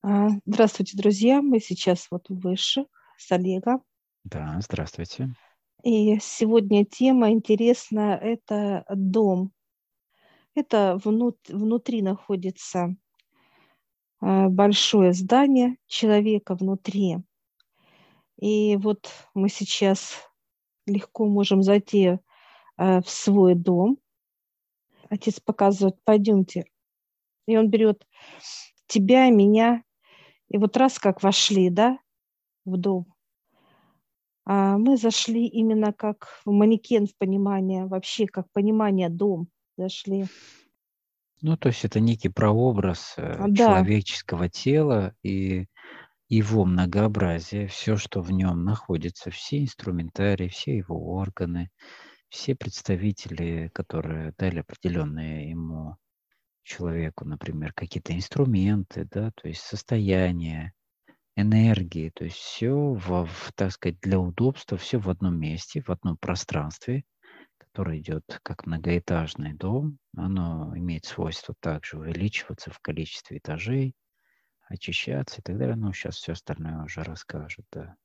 Здравствуйте, друзья. Мы сейчас вот в Высших с Олегом. Да, здравствуйте. И сегодня тема интересная – это дом. Это внутри находится большое здание человека внутри. И вот мы сейчас легко можем зайти в свой дом. Отец показывает, пойдемте. И он берет тебя, меня. И вот раз как вошли, да, в дом, мы зашли именно как в манекен в понимание, вообще как понимание дом зашли. Ну, то есть это некий прообраз Да, человеческого тела и его многообразие, все, что в нем находится, все инструментарии, все его органы, все представители, которые дали определенные ему человеку, например, какие-то инструменты, да, то есть состояние, энергии, то есть все, так сказать, для удобства, все в одном месте, в одном пространстве, который идет как многоэтажный дом, оно имеет свойство также увеличиваться в количестве этажей, очищаться и так далее. Ну, сейчас все остальное уже расскажет, да.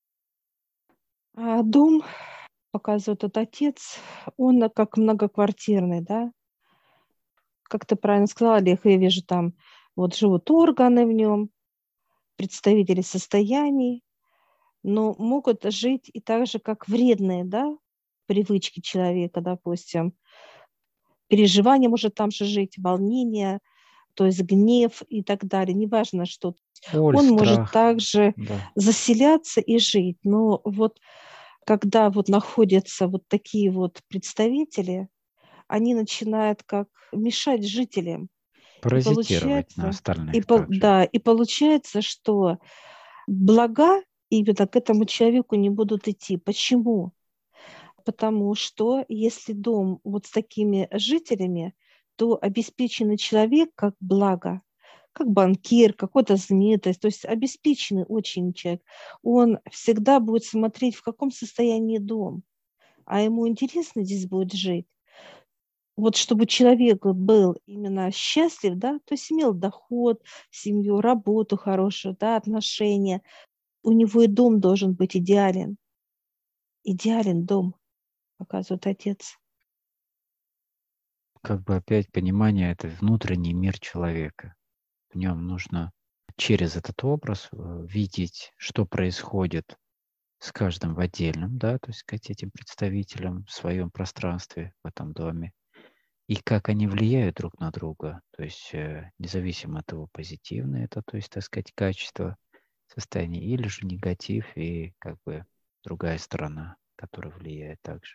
дом, показывает этот отец, он как многоквартирный, да. Как ты правильно сказала, Олег, я вижу там вот живут органы в нем, представители состояний, но могут жить и так же, как вредные, да, привычки человека, допустим, переживания может там же жить, волнение, то есть гнев и так далее, неважно что. Боль, Он может страх, также да. заселяться и жить. Но вот когда вот находятся вот такие вот представители, они начинают как мешать жителям. И Паразитировать на получается, остальных также. да, и получается, что блага именно к этому человеку не будут идти. Почему? Потому что если дом вот с такими жителями, то обеспеченный человек как благо, как банкир, какой-то знаменитость, то есть обеспеченный очень человек, он всегда будет смотреть, в каком состоянии дом, а ему интересно здесь будет жить. Вот чтобы человек был именно счастлив, да, то есть имел доход, семью, работу хорошую, да, отношения, у него и дом должен быть идеален. Идеален дом, показывает отец. Как бы опять понимание, это внутренний мир человека. В нем нужно через этот образ видеть, что происходит с каждым в отдельном, да, то есть сказать, этим представителям в своем пространстве, в этом доме, и как они влияют друг на друга, то есть независимо от того, позитивное это, то есть, так сказать, качество состояния, или же негатив и как бы другая сторона, которая влияет также.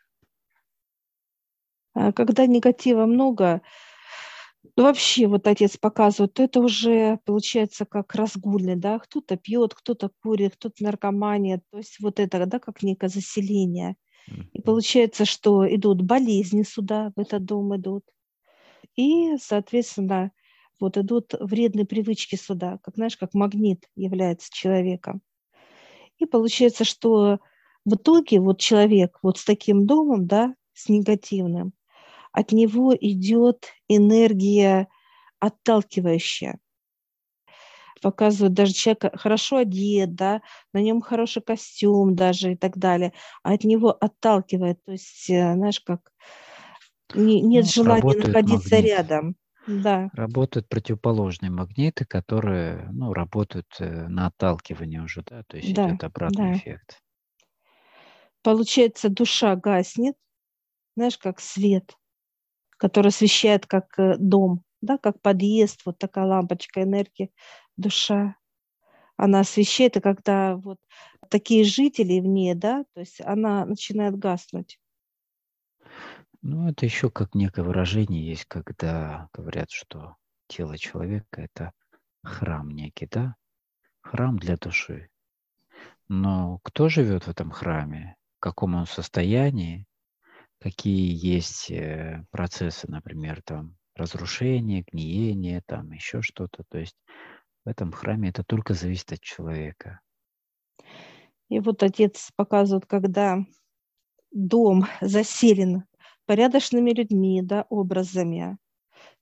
Когда негатива много, ну, вообще вот отец показывает, то это уже получается как разгульный, да, кто-то пьет, кто-то курит, кто-то наркомания, то есть вот это, да, как некое заселение. И Мгм. получается, что идут болезни сюда, в этот дом идут, и, соответственно, вот идут вредные привычки сюда, как, знаешь, как магнит является человеком. И получается, что в итоге вот человек вот с таким домом, да, с негативным, от него идет энергия отталкивающая. Показывают даже человек хорошо одет, да, на нем хороший костюм даже и так далее, а от него отталкивает. То есть, знаешь, как нет Ну, желания работают находиться магниты. рядом. Да, Работают противоположные магниты, которые, ну, работают на отталкивание уже, да, то есть да, идет обратный да. эффект. Получается, душа гаснет, знаешь, как свет, который освещает как дом, да, как подъезд, вот такая лампочка энергии, душа. Она освещает, и когда вот такие жители в ней, да, то есть она начинает гаснуть. Ну, это еще как некое выражение есть, когда говорят, что тело человека – это храм некий, да? Храм для души. Но кто живет в этом храме? В каком он состоянии? Какие есть процессы, например, там разрушение, гниение, там еще что-то. То есть в этом храме это только зависит от человека. И вот отец показывает, когда дом заселен порядочными людьми, да, образами,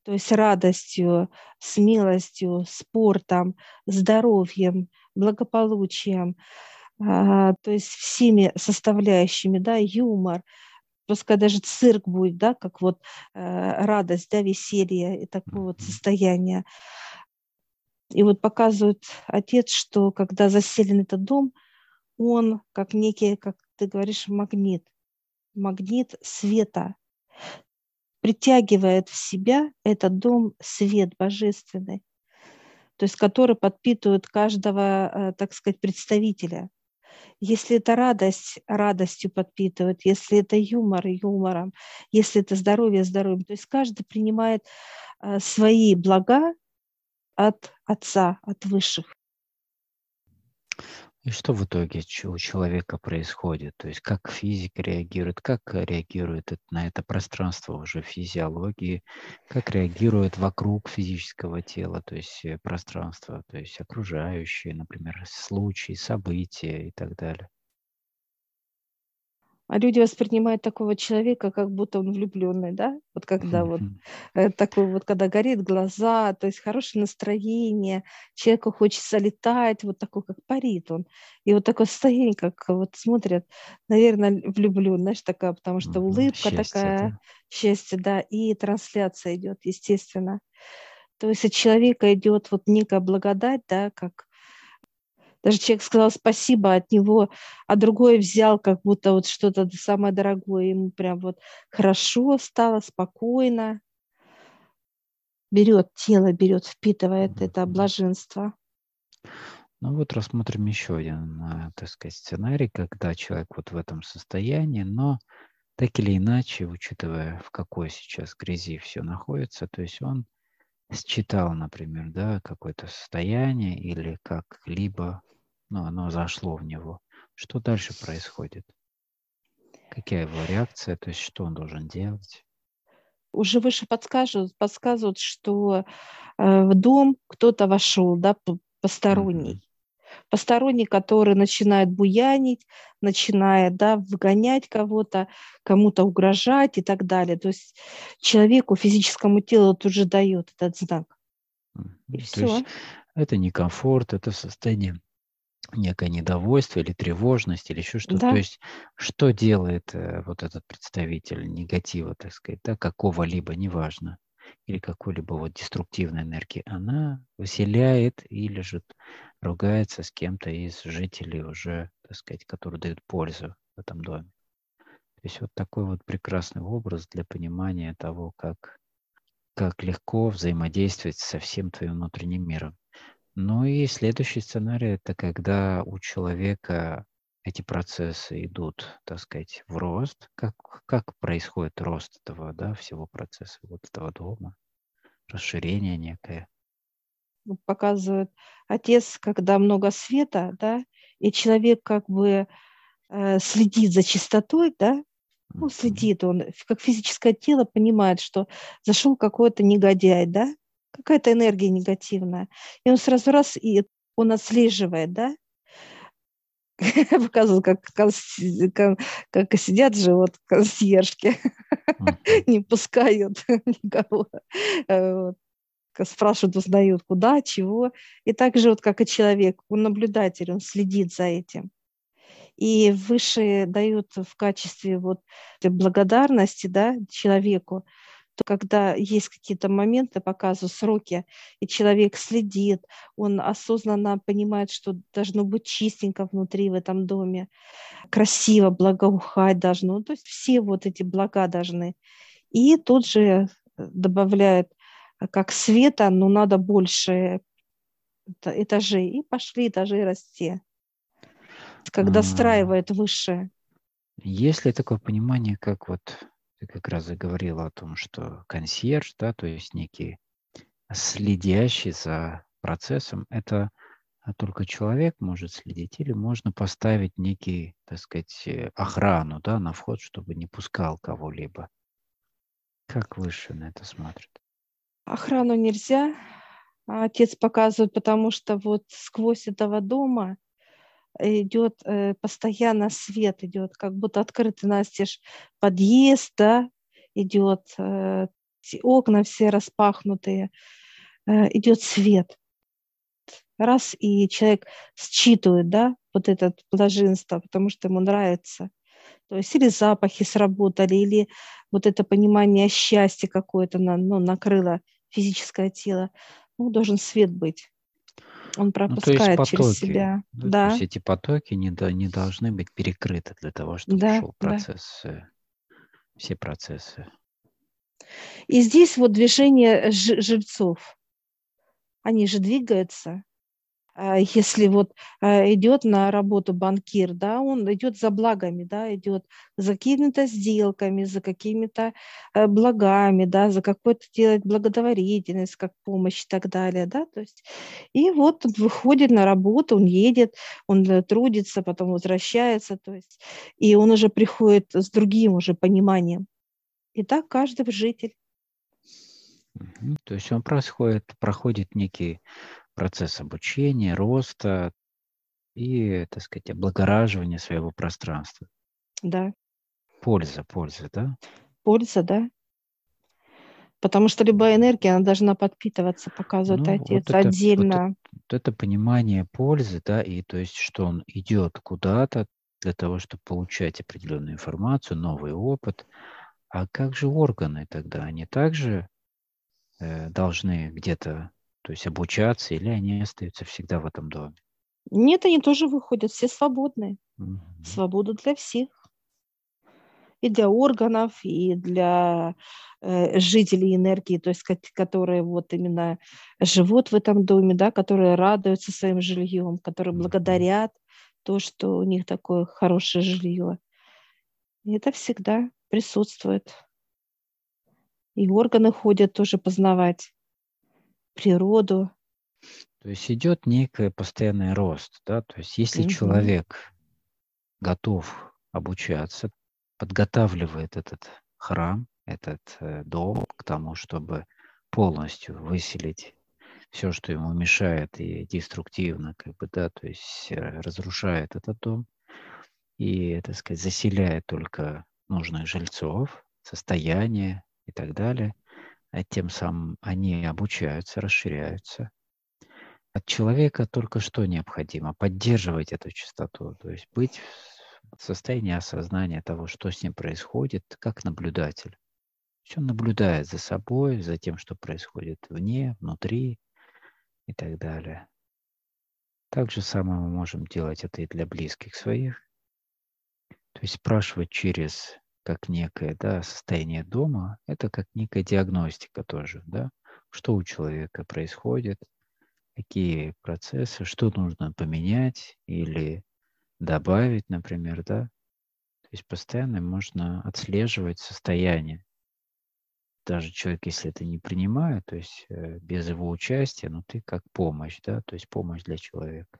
то есть радостью, смелостью, спортом, здоровьем, благополучием, то есть всеми составляющими, да, юмор, пускай даже цирк будет, да, как вот радость, да, веселье и такое вот Мгм. состояние. И вот показывает отец, что когда заселен этот дом, он как некий, как ты говоришь, магнит света, притягивает в себя этот дом свет божественный, то есть который подпитывает каждого, так сказать, представителя. Если это радость, радостью подпитывает, если это юмор, юмором, если это здоровье, здоровьем. То есть каждый принимает свои блага от Отца, от Высших. И что в итоге у человека происходит? То есть как физика реагирует, как реагирует на это пространство уже физиологии, как реагирует вокруг физического тела, то есть пространство, то есть окружающие, например, случаи, события и так далее. А люди воспринимают такого человека, как будто он влюбленный, да? Вот когда вот Мгм. такой вот, когда горит глаза, то есть хорошее настроение, человеку хочется летать, вот такой, как парит он. И вот такое состояние, как вот смотрят, наверное, влюблен, знаешь, такая, потому что Мгм. улыбка Счастье, такая, да? счастье, да, и трансляция идет, естественно. То есть от человека идет вот некая благодать, да, как даже человек сказал спасибо от него, а другой взял как будто вот что-то самое дорогое, ему прям вот хорошо стало, спокойно. Берет тело, берет, впитывает это Мгм. блаженство. Ну вот рассмотрим еще один, так сказать, сценарий, когда человек вот в этом состоянии, но так или иначе, учитывая, в какой сейчас грязи все находится, то есть он считал, например, да, какое-то состояние или как-либо, ну, оно зашло в него. Что дальше происходит? Какая его реакция? То есть что он должен делать? Уже выше подсказывают, что в дом кто-то вошел, да, Мгм. посторонний. Посторонний, который начинает буянить, начинает, да, выгонять кого-то, кому-то угрожать и так далее. То есть человеку, физическому телу тут же дает этот знак. И Мгм. То есть все. это не комфорт, это состояние некое недовольство или тревожность, или еще что-то. То Да, есть что делает вот этот представитель негатива, так сказать, да, какого-либо, неважно, или какой-либо вот деструктивной энергии, она выселяет или же ругается с кем-то из жителей уже, так сказать, которые дают пользу в этом доме. То есть вот такой вот прекрасный образ для понимания того, как легко взаимодействовать со всем твоим внутренним миром. Ну и следующий сценарий — это когда у человека эти процессы идут, так сказать, в рост. Как происходит рост этого, да, всего процесса, вот этого дома, расширение некое. показывает отец, когда много света, да, и человек как бы следит за чистотой, да, ну, Мгм. следит он, как физическое тело понимает, что зашел какой-то негодяй, да, какая-то энергия негативная. И он сразу раз, и он отслеживает, да, показывал, как сидят же вот консьержки, Мгм. не пускают никого, вот, спрашивают, узнают, куда, чего. И так же вот, как и человек, он наблюдатель, он следит за этим. И высшие дают в качестве вот благодарности, да, человеку, то когда есть какие-то моменты, показывают сроки, и человек следит, он осознанно понимает, что должно быть чистенько внутри в этом доме, красиво, благоухать должно. Ну, то есть все вот эти блага должны. И тут же добавляет, как света, но надо больше этажей. И пошли этажи расти, когда А, достраивает высшее. Есть ли такое понимание, как вот ты как раз заговорила о том, что консьерж, да, то есть некий следящий за процессом, это только человек может следить, или можно поставить некий, так сказать, охрану, да, на вход, чтобы не пускал кого-либо? Как выше на это смотрят? Охрану нельзя, а отец показывает, потому что вот сквозь этого дома идет постоянно свет, идет, как будто открытый настежь подъезд, да, идет окна все распахнутые, идет свет. Раз, и человек считывает, да, вот это блаженство, потому что ему нравится. То есть или запахи сработали, или вот это понимание счастья какое-то накрыло физическое тело. Ну, должен свет быть. Он Ну, то есть пропускает через потоки, себя. да, то есть Да, эти потоки не должны быть перекрыты для того, чтобы да, шел да. процесс, все процессы. И здесь вот движение жильцов. Они же двигаются. Если вот идет на работу банкир, да, он идет за благами, да, идет за какими-то сделками, за какими-то благами, да, за какой-то делать благотворительность, как помощь и так далее, да, то есть и вот он выходит на работу, он едет, он трудится, потом возвращается, то есть и он уже приходит с другим уже пониманием. И так каждый житель. То есть он проходит некий процесс обучения, роста и, так сказать, облагораживания своего пространства. Да, Польза, да? польза, да. Потому что любая энергия, она должна подпитываться, показывает Ну, отец, отдельно. вот это понимание пользы, да, и то есть, что он идет куда-то для того, чтобы получать определенную информацию, новый опыт. А как же органы тогда? Они также должны где-то, то есть обучаться, или они остаются всегда в этом доме? Нет, они тоже выходят, все свободные. Мгм. Свобода для всех. И для органов, и для жителей энергии, то есть которые вот именно живут в этом доме, да, которые радуются своим жильем, которые Мгм. благодарят то, что у них такое хорошее жилье. И это всегда присутствует. И органы ходят тоже познавать природу. То есть идет некий постоянный рост, да, то есть если Мгм. человек готов обучаться, подготавливает этот храм, этот дом к тому, чтобы полностью выселить все, что ему мешает и деструктивно, как бы, да, то есть разрушает этот дом и, так сказать, заселяет только нужных жильцов, состояние и так далее, а тем самым они обучаются, расширяются. От человека только что необходимо? Поддерживать эту чистоту, то есть быть в состоянии осознания того, что с ним происходит, как наблюдатель. То есть он наблюдает за собой, за тем, что происходит вне, внутри и так далее. Так же самое мы можем делать это и для близких своих. То есть спрашивать через как некое, да, состояние дома, это как некая диагностика тоже, да, что у человека происходит, какие процессы, что нужно поменять или добавить, например, да. То есть постоянно можно отслеживать состояние. Даже человек, если это не принимает, то есть без его участия, но ты как помощь, да, то есть помощь для человека.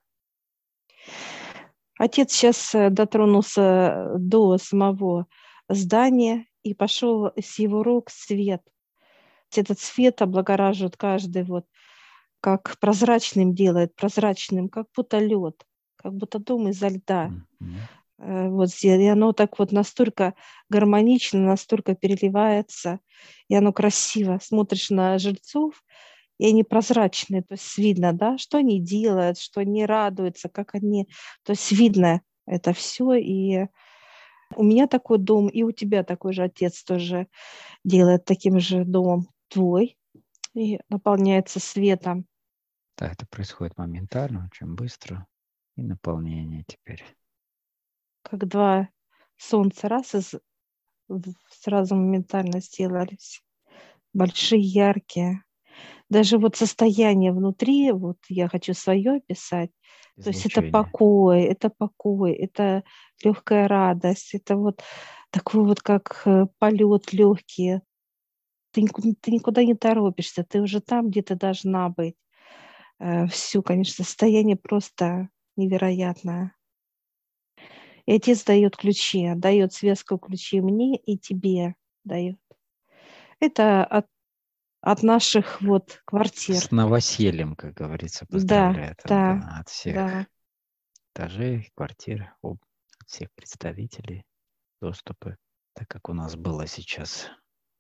Отец сейчас дотронулся до самого здания и пошел с его рук свет. Этот свет облагораживает каждый вот, как прозрачным делает, прозрачным, как будто лед, как будто дом изо льда. Мгм. Вот и оно так вот настолько гармонично, настолько переливается, и оно красиво. Смотришь на жильцов, и они прозрачные, то есть видно, да, что они делают, что они радуются, как они, то есть видно это все. И у меня такой дом, и у тебя такой же отец тоже делает таким же домом твой, и наполняется светом, Да, это происходит моментально, очень быстро. И наполнение теперь. как два солнца, раз, сразу моментально сделались. Большие, яркие. Даже вот состояние внутри, вот я хочу свое описать, то есть Излучение. это покой, это легкая радость, это вот такой вот как полет легкий. Ты никуда не торопишься, ты уже там, где ты должна быть. Все, конечно, состояние просто невероятное. И отец дает ключи, дает связку ключей мне и тебе дает. Это от наших вот С квартир. новосельем, как говорится, Да, поздравляет да, да, от всех да. этажей, квартир, от всех представителей доступы, так как у нас было сейчас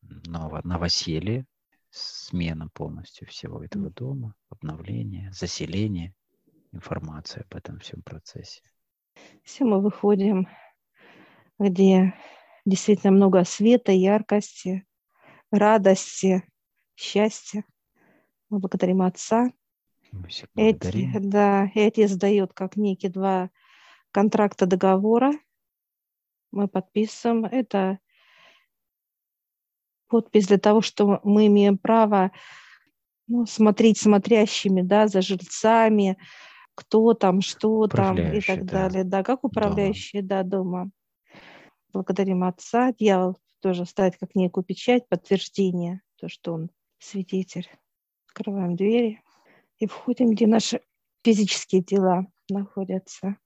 новоселье, смена полностью всего этого дома, обновление, заселение, информация об этом всем процессе. Все, мы выходим, где действительно много света, яркости, радости, счастья. Мы благодарим Отца. Мы всех благодарим. Эти сдают как некие два контракта договора. Мы подписываем. Это подпись для того, что мы имеем право смотреть смотрящими, за жильцами, кто там, что там и так далее. Да, как управляющие дома. Благодарим Отца. Дьявол тоже ставит как некую печать, подтверждение, то, что он свидетель. Открываем двери и входим, где наши физические тела находятся.